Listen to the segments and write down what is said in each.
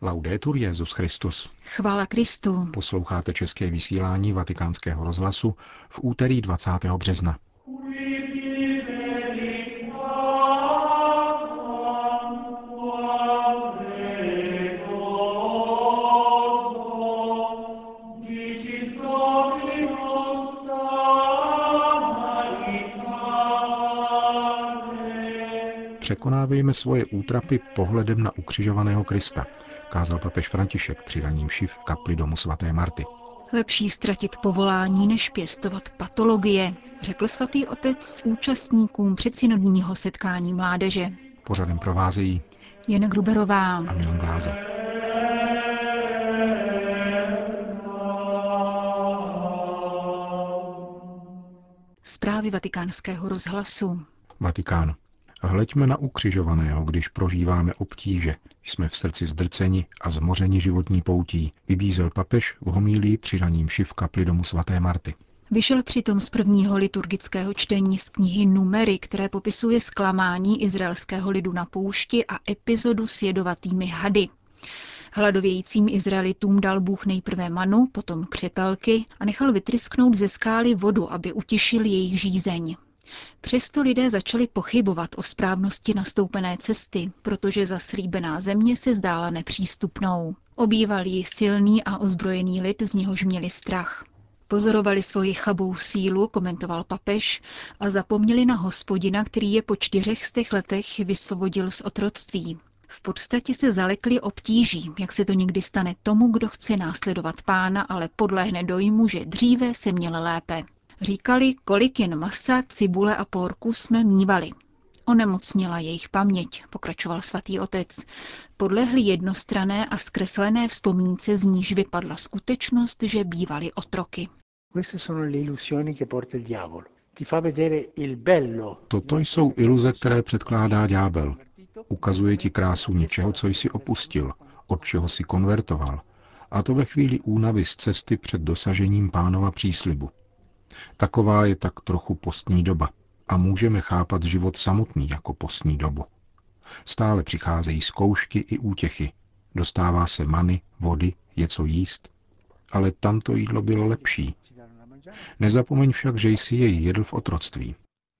Laudetur Jesus Christus. Chvála Kristu. Posloucháte české vysílání Vatikánského rozhlasu v úterý 20. března. Překonávejme svoje útrapy pohledem na ukřižovaného Krista, kázal papež František při raní mši v kapli domu svaté Marty. Lepší ztratit povolání, než pěstovat patologie, řekl svatý otec účastníkům předsynodního setkání mládeže. Pořadem provázejí Jana Gruberová a Milan Glázer. Zprávy Vatikánského rozhlasu. Vatikán. Hleďme na ukřižovaného, když prožíváme obtíže, jsme v srdci zdrceni a zmořeni životní poutí, vybízel papež v homílii při raní mši v kapli domu svaté Marty. Vyšel přitom z prvního liturgického čtení z knihy Numery, které popisuje zklamání izraelského lidu na poušti a epizodu s jedovatými hady. Hladovějícím Izraelitům dal Bůh nejprve manu, potom křepelky a nechal vytrysknout ze skály vodu, aby utišil jejich žízeň. Přesto lidé začali pochybovat o správnosti nastoupené cesty, protože zaslíbená země se zdála nepřístupnou. Obýval ji silný a ozbrojený lid, z něhož měli strach. Pozorovali svoji chabou sílu, komentoval papež, a zapomněli na Hospodina, který je po 400 letech vysvobodil z otroctví. V podstatě se zalekli obtíží, jak se to někdy stane tomu, kdo chce následovat Pána, ale podlehne dojmu, že dříve se měl lépe. Říkali, kolik jen masa, cibule a pórku jsme mívali. Onemocněla jejich paměť, pokračoval svatý otec. Podlehli jednostranné a zkreslené vzpomínce, z níž vypadla skutečnost, že bývali otroky. Toto jsou iluze, které předkládá ďábel. Ukazuje ti krásu něčeho, co jsi opustil, od čeho jsi konvertoval, a to ve chvíli únavy z cesty před dosažením Pánova příslibu. Taková je tak trochu postní doba a můžeme chápat život samotný jako postní dobu. Stále přicházejí zkoušky i útěchy, dostává se many, vody, je co jíst, ale tamto jídlo bylo lepší. Nezapomeň však, že jsi jej jedl v otroctví.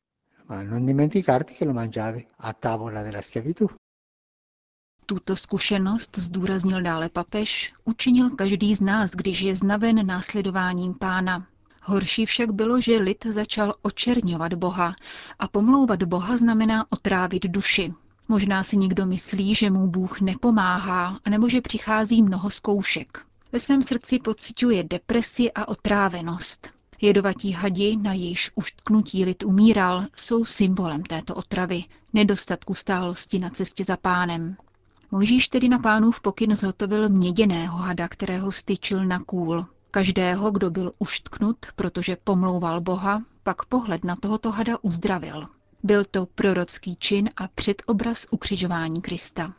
Tuto zkušenost, zdůraznil dále papež, učinil každý z nás, když je znaven následováním Pána. Horší však bylo, že lid začal očerňovat Boha a pomlouvat Boha znamená otrávit duši. Možná si někdo myslí, že mu Bůh nepomáhá, anebo že přichází mnoho zkoušek. Ve svém srdci pociťuje depresi a otrávenost. Jedovatí hadi, na jejichž uštknutí lid umíral, jsou symbolem této otravy, nedostatku stálosti na cestě za Pánem. Mojžíš tedy na Pánův pokyn zhotovil měděného hada, kterého styčil na kůl. Každého, kdo byl uštknut, protože pomlouval Boha, pak pohled na tohoto hada uzdravil. Byl to prorocký čin a předobraz ukřižování Krista.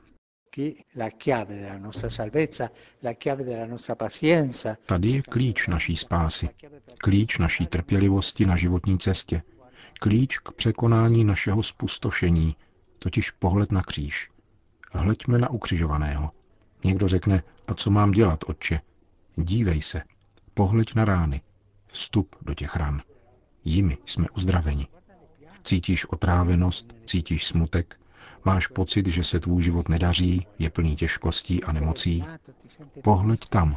Tady je klíč naší spásy, klíč naší trpělivosti na životní cestě, klíč k překonání našeho zpustošení, totiž pohled na kříž. Hleďme na ukřižovaného. Někdo řekne, a co mám dělat, otče? Dívej se, pohleď na rány, vstup do těch ran. Jimi jsme uzdraveni. Cítíš otrávenost, cítíš smutek, máš pocit, že se tvůj život nedaří, je plný těžkostí a nemocí. Pohleď tam.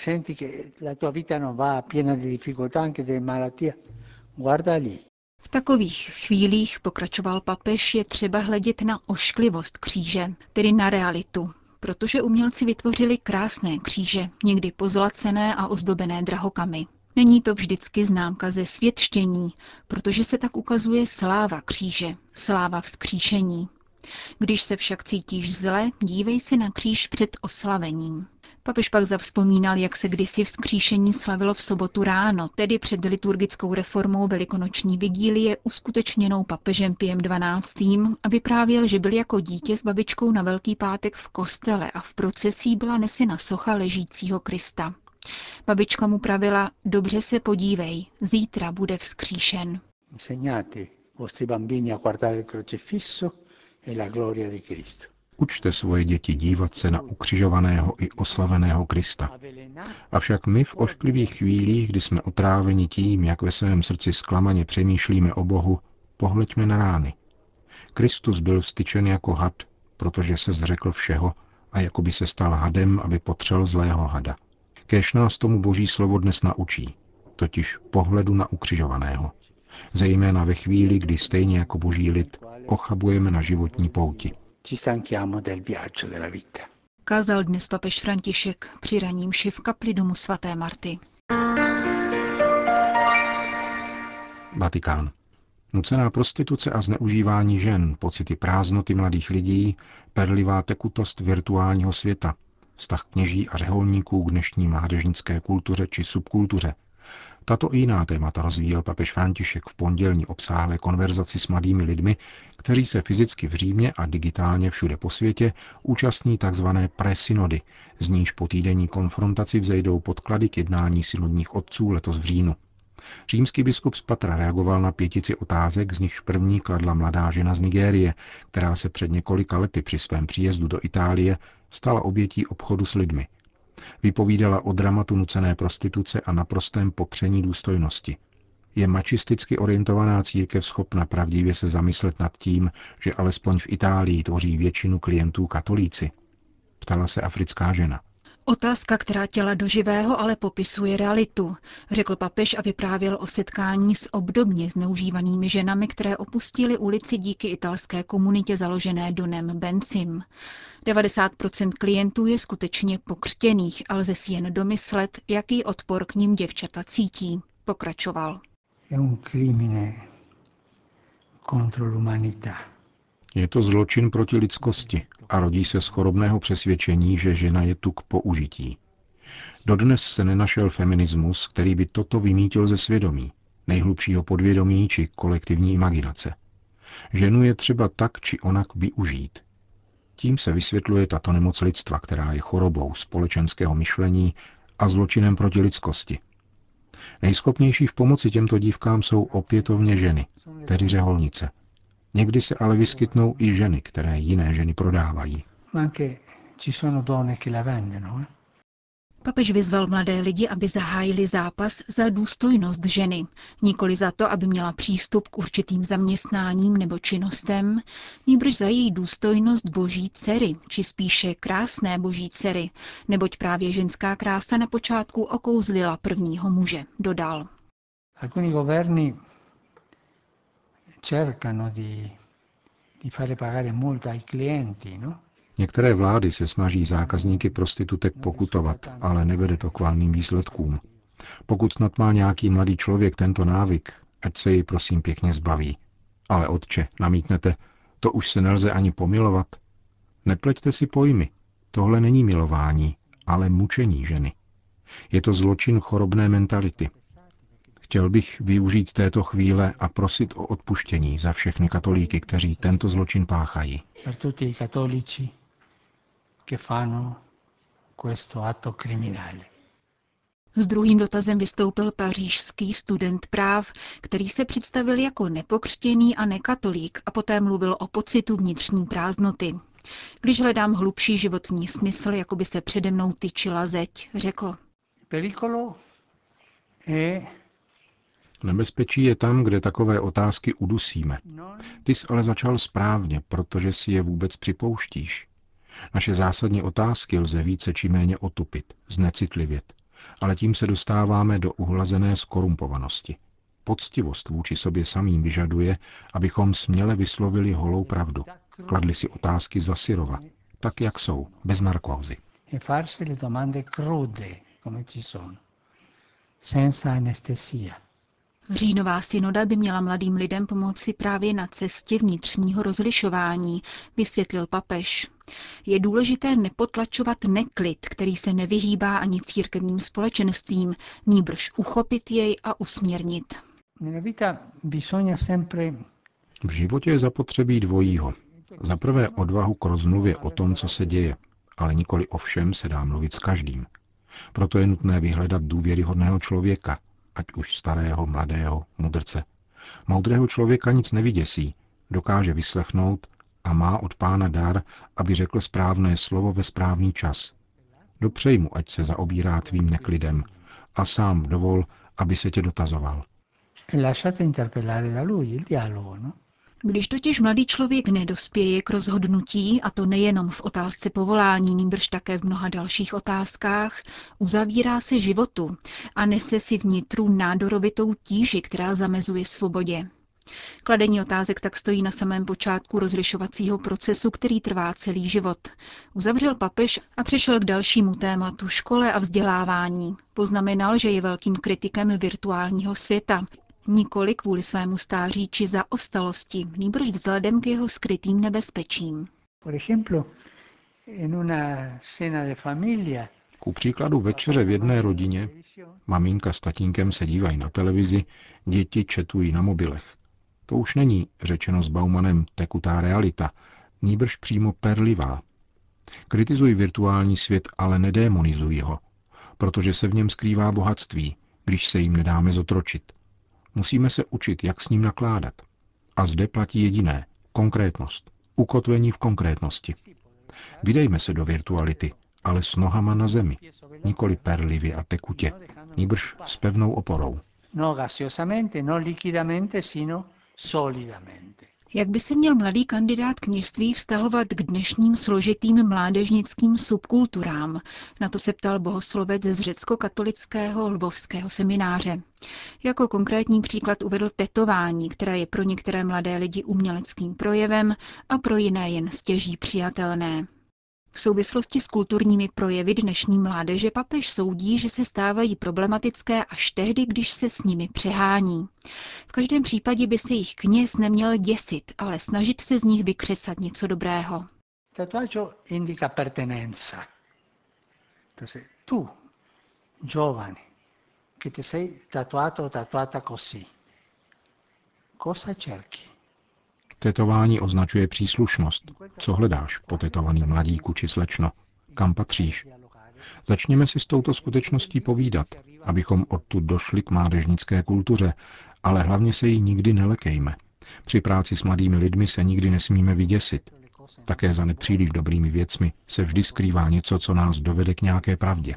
V takových chvílích, pokračoval papež, je třeba hledět na ošklivost kříže, tedy na realitu, protože umělci vytvořili krásné kříže, někdy pozlacené a ozdobené drahokamy. Není to vždycky známka ze světštění, protože se tak ukazuje sláva kříže, sláva vzkříšení. Když se však cítíš zle, dívej se na kříž před oslavením. Papež pak zavzpomínal, jak se kdysi vzkříšení slavilo v sobotu ráno, tedy před liturgickou reformou velikonoční vigílie uskutečněnou papežem Piem XII. A vyprávěl, že byl jako dítě s babičkou na Velký pátek v kostele a v procesí byla nesena socha ležícího Krista. Babička mu pravila, dobře se podívej, zítra bude vzkříšen. Učte svoje děti dívat se na ukřižovaného i oslaveného Krista. Avšak my v ošklivých chvílích, kdy jsme otráveni tím, jak ve svém srdci zklamaně přemýšlíme o Bohu, pohleďme na rány. Kristus byl vztyčen jako had, protože se zřekl všeho a jako by se stal hadem, aby potřel zlého hada. Kéž nás tomu Boží slovo dnes naučí, totiž pohledu na ukřižovaného. Zejména ve chvíli, kdy stejně jako Boží lid ochabujeme na životní pouti. Kázal dnes papež František při raní mši v kapli domu svaté Marty. Vatikán. Nucená prostituce a zneužívání žen, pocity prázdnoty mladých lidí, perlivá tekutost virtuálního světa, vztah kněží a řeholníků k dnešní mládežnické kultuře či subkultuře. Tato i jiná témata rozvíjel papež František v pondělní obsáhlé konverzaci s mladými lidmi, kteří se fyzicky v Římě a digitálně všude po světě účastní tzv. Presynody, z níž po týdenní konfrontaci vzejdou podklady k jednání synodních otců letos v říjnu. Římský biskup z Patra reagoval na 5 otázek, z nichž první kladla mladá žena z Nigérie, která se před několika lety při svém příjezdu do Itálie stala obětí obchodu s lidmi. Vypovídala o dramatu nucené prostituce a naprostém popření důstojnosti. Je mačisticky orientovaná církev schopna pravdivě se zamyslet nad tím, že alespoň v Itálii tvoří většinu klientů katolíci? Ptala se africká žena. Otázka, která těla do živého, ale popisuje realitu, řekl papež a vyprávěl o setkání s obdobně zneužívanými ženami, které opustily ulici díky italské komunitě založené Donem Benzim. 90% klientů je skutečně pokřtěných, ale lze si jen domyslet, jaký odpor k nim děvčata cítí, pokračoval. Je to zločin proti lidskosti a rodí se z chorobného přesvědčení, že žena je tu k použití. Dodnes se nenašel feminismus, který by toto vymítil ze svědomí, nejhlubšího podvědomí či kolektivní imaginace. Ženu je třeba tak či onak využít. Tím se vysvětluje tato nemoc lidstva, která je chorobou společenského myšlení a zločinem proti lidskosti. Nejschopnější v pomoci těmto dívkám jsou opětovně ženy, tedy řeholnice. Někdy se ale vyskytnou i ženy, které jiné ženy prodávají. Papež vyzval mladé lidi, aby zahájili zápas za důstojnost ženy, nikoli za to, aby měla přístup k určitým zaměstnáním nebo činnostem, nýbrž za její důstojnost boží dcery, či spíše krásné boží dcery, neboť právě ženská krása na počátku okouzlila prvního muže, dodal. Alcuni governi cercano di fare pagare multa ai clienti, no? Některé vlády se snaží zákazníky prostitutek pokutovat, ale nevede to k valným výsledkům. Pokud snad má nějaký mladý člověk tento návyk, ať se jej prosím pěkně zbaví. Ale otče, namítnete, to už se nelze ani pomilovat. Nepleťte si pojmy. Tohle není milování, ale mučení ženy. Je to zločin chorobné mentality. Chtěl bych využít této chvíle a prosit o odpuštění za všechny katolíky, kteří tento zločin páchají. S druhým dotazem vystoupil pařížský student práv, který se představil jako nepokřtěný a nekatolík a poté mluvil o pocitu vnitřní prázdnoty. Když hledám hlubší životní smysl, jako by se přede mnou tyčila zeď, řekl. Nebezpečí je tam, kde takové otázky udusíme. Ty jsi ale začal správně, protože si je vůbec připouštíš. Naše zásadní otázky lze více či méně otupit, znecitlivět, ale tím se dostáváme do uhlazené skorumpovanosti. Poctivost vůči sobě samým vyžaduje, abychom směle vyslovili holou pravdu. Kladli si otázky za syrova, tak jak jsou, bez narkózy. Říjnová synoda by měla mladým lidem pomoci právě na cestě vnitřního rozlišování, vysvětlil papež. Je důležité nepotlačovat neklid, který se nevyhýbá ani církevním společenstvím, nýbrž uchopit jej a usměrnit. V životě je zapotřebí dvojího. Za prvé odvahu k rozmluvě o tom, co se děje, ale nikoli o všem se dá mluvit s každým. Proto je nutné vyhledat důvěryhodného člověka, ať už starého, mladého, mudrce. Moudrého člověka nic nevyděsí, dokáže vyslechnout a má od Pána dar, aby řekl správné slovo ve správný čas. Dopřej mu, ať se zaobírá tvým neklidem a sám dovol, aby se tě dotazoval. Když totiž mladý člověk nedospěje k rozhodnutí, a to nejenom v otázce povolání, nýbrž také v mnoha dalších otázkách, uzavírá se životu a nese si vnitru nádorovitou tíži, která zamezuje svobodě. Kladení otázek tak stojí na samém počátku rozlišovacího procesu, který trvá celý život. Uzavřel papež a přešel k dalšímu tématu škole a vzdělávání. Poznamenal, že je velkým kritikem virtuálního světa. Nikoli kvůli svému stáří či zaostalosti, nýbrž vzhledem k jeho skrytým nebezpečím. Ku příkladu večeře v jedné rodině, maminka s tatínkem se dívají na televizi, děti četují na mobilech. To už není, řečeno s Baumanem, tekutá realita, nýbrž přímo perlivá. Kritizuj virtuální svět, ale nedémonizuj ho, protože se v něm skrývá bohatství, když se jim nedáme zotročit. Musíme se učit, jak s ním nakládat. A zde platí jediné, konkrétnost, ukotvení v konkrétnosti. Vydejme se do virtuality, ale s nohama na zemi, nikoli perlivě a tekutě, nýbrž s pevnou oporou. Jak by se měl mladý kandidát kněžství vztahovat k dnešním složitým mládežnickým subkulturám? Na to se ptal bohoslovec z řecko-katolického lvovského semináře. Jako konkrétní příklad uvedl tetování, které je pro některé mladé lidi uměleckým projevem a pro jiné jen stěží přijatelné. V souvislosti s kulturními projevy dnešní mládeže papež soudí, že se stávají problematické až tehdy, když se s nimi přehání. V každém případě by se jich kněz neměl děsit, ale snažit se z nich vykřesat něco dobrého. Tatuaggio indica pertenenza. Entonces, tu, giovane, che ti sei tatuato o tatuata così, cosa cerchi? Tetování označuje příslušnost. Co hledáš, potetovaný mladíku či slečno? Kam patříš? Začněme si s touto skutečností povídat, abychom odtud došli k mládežnické kultuře, ale hlavně se jí nikdy nelekejme. Při práci s mladými lidmi se nikdy nesmíme vyděsit. Také za nepříliš dobrými věcmi se vždy skrývá něco, co nás dovede k nějaké pravdě.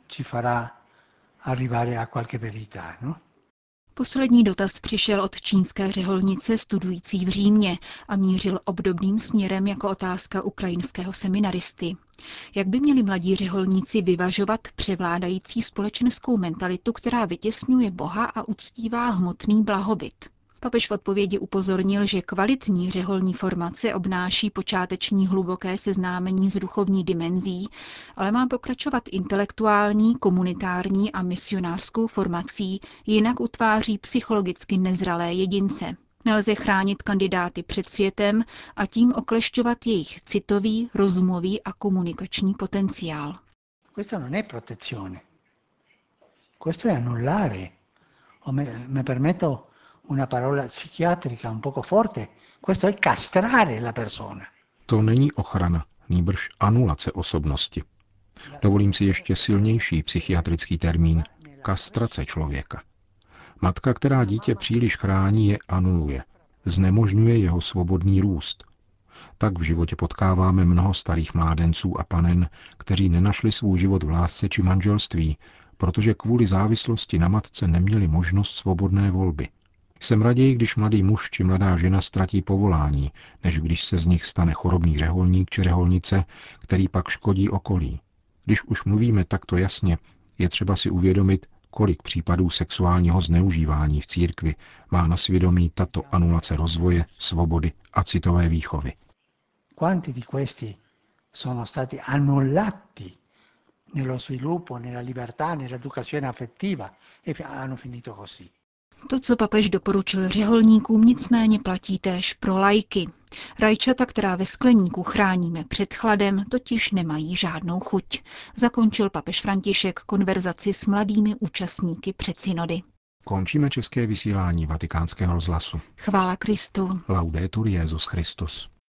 Poslední dotaz přišel od čínské řeholnice studující v Římě a mířil obdobným směrem jako otázka ukrajinského seminaristy. Jak by měli mladí řeholníci vyvažovat převládající společenskou mentalitu, která vytěsňuje Boha a uctívá hmotný blahobyt? Papež v odpovědi upozornil, že kvalitní řeholní formace obnáší počáteční hluboké seznámení s duchovní dimenzí, ale má pokračovat intelektuální, komunitární a misionářskou formací, jinak utváří psychologicky nezralé jedince. Nelze chránit kandidáty před světem a tím oklešťovat jejich citový, rozumový a komunikační potenciál. Questo non è protezione. Questo è annullare. O me permetto una parola psichiatrica un poco forte. Questo è castrare la persona. To není ochrana, nýbrž anulace osobnosti. Dovolím si ještě silnější psychiatrický termín – kastrace člověka. Matka, která dítě příliš chrání, je anuluje, znemožňuje jeho svobodný růst. Tak v životě potkáváme mnoho starých mládenců a panen, kteří nenašli svůj život v lásce či manželství, protože kvůli závislosti na matce neměli možnost svobodné volby. Jsem raději, když mladý muž či mladá žena ztratí povolání, než když se z nich stane chorobný řeholník či řeholnice, který pak škodí okolí. Když už mluvíme takto jasně, je třeba si uvědomit, kolik případů sexuálního zneužívání v církvi má na svědomí tato anulace rozvoje, svobody a citové výchovy. Quanti di questi sono stati annullati nello sviluppo, nella libertà, nell'educazione affettiva e hanno finito così. To, co papež doporučil řeholníkům, nicméně platí též pro laiky. Rajčata, která ve skleníku chráníme před chladem, totiž nemají žádnou chuť. Zakončil papež František konverzaci s mladými účastníky předsynody. Končíme české vysílání Vatikánského rozhlasu. Chvála Kristu. Laudetur Jesus Christus.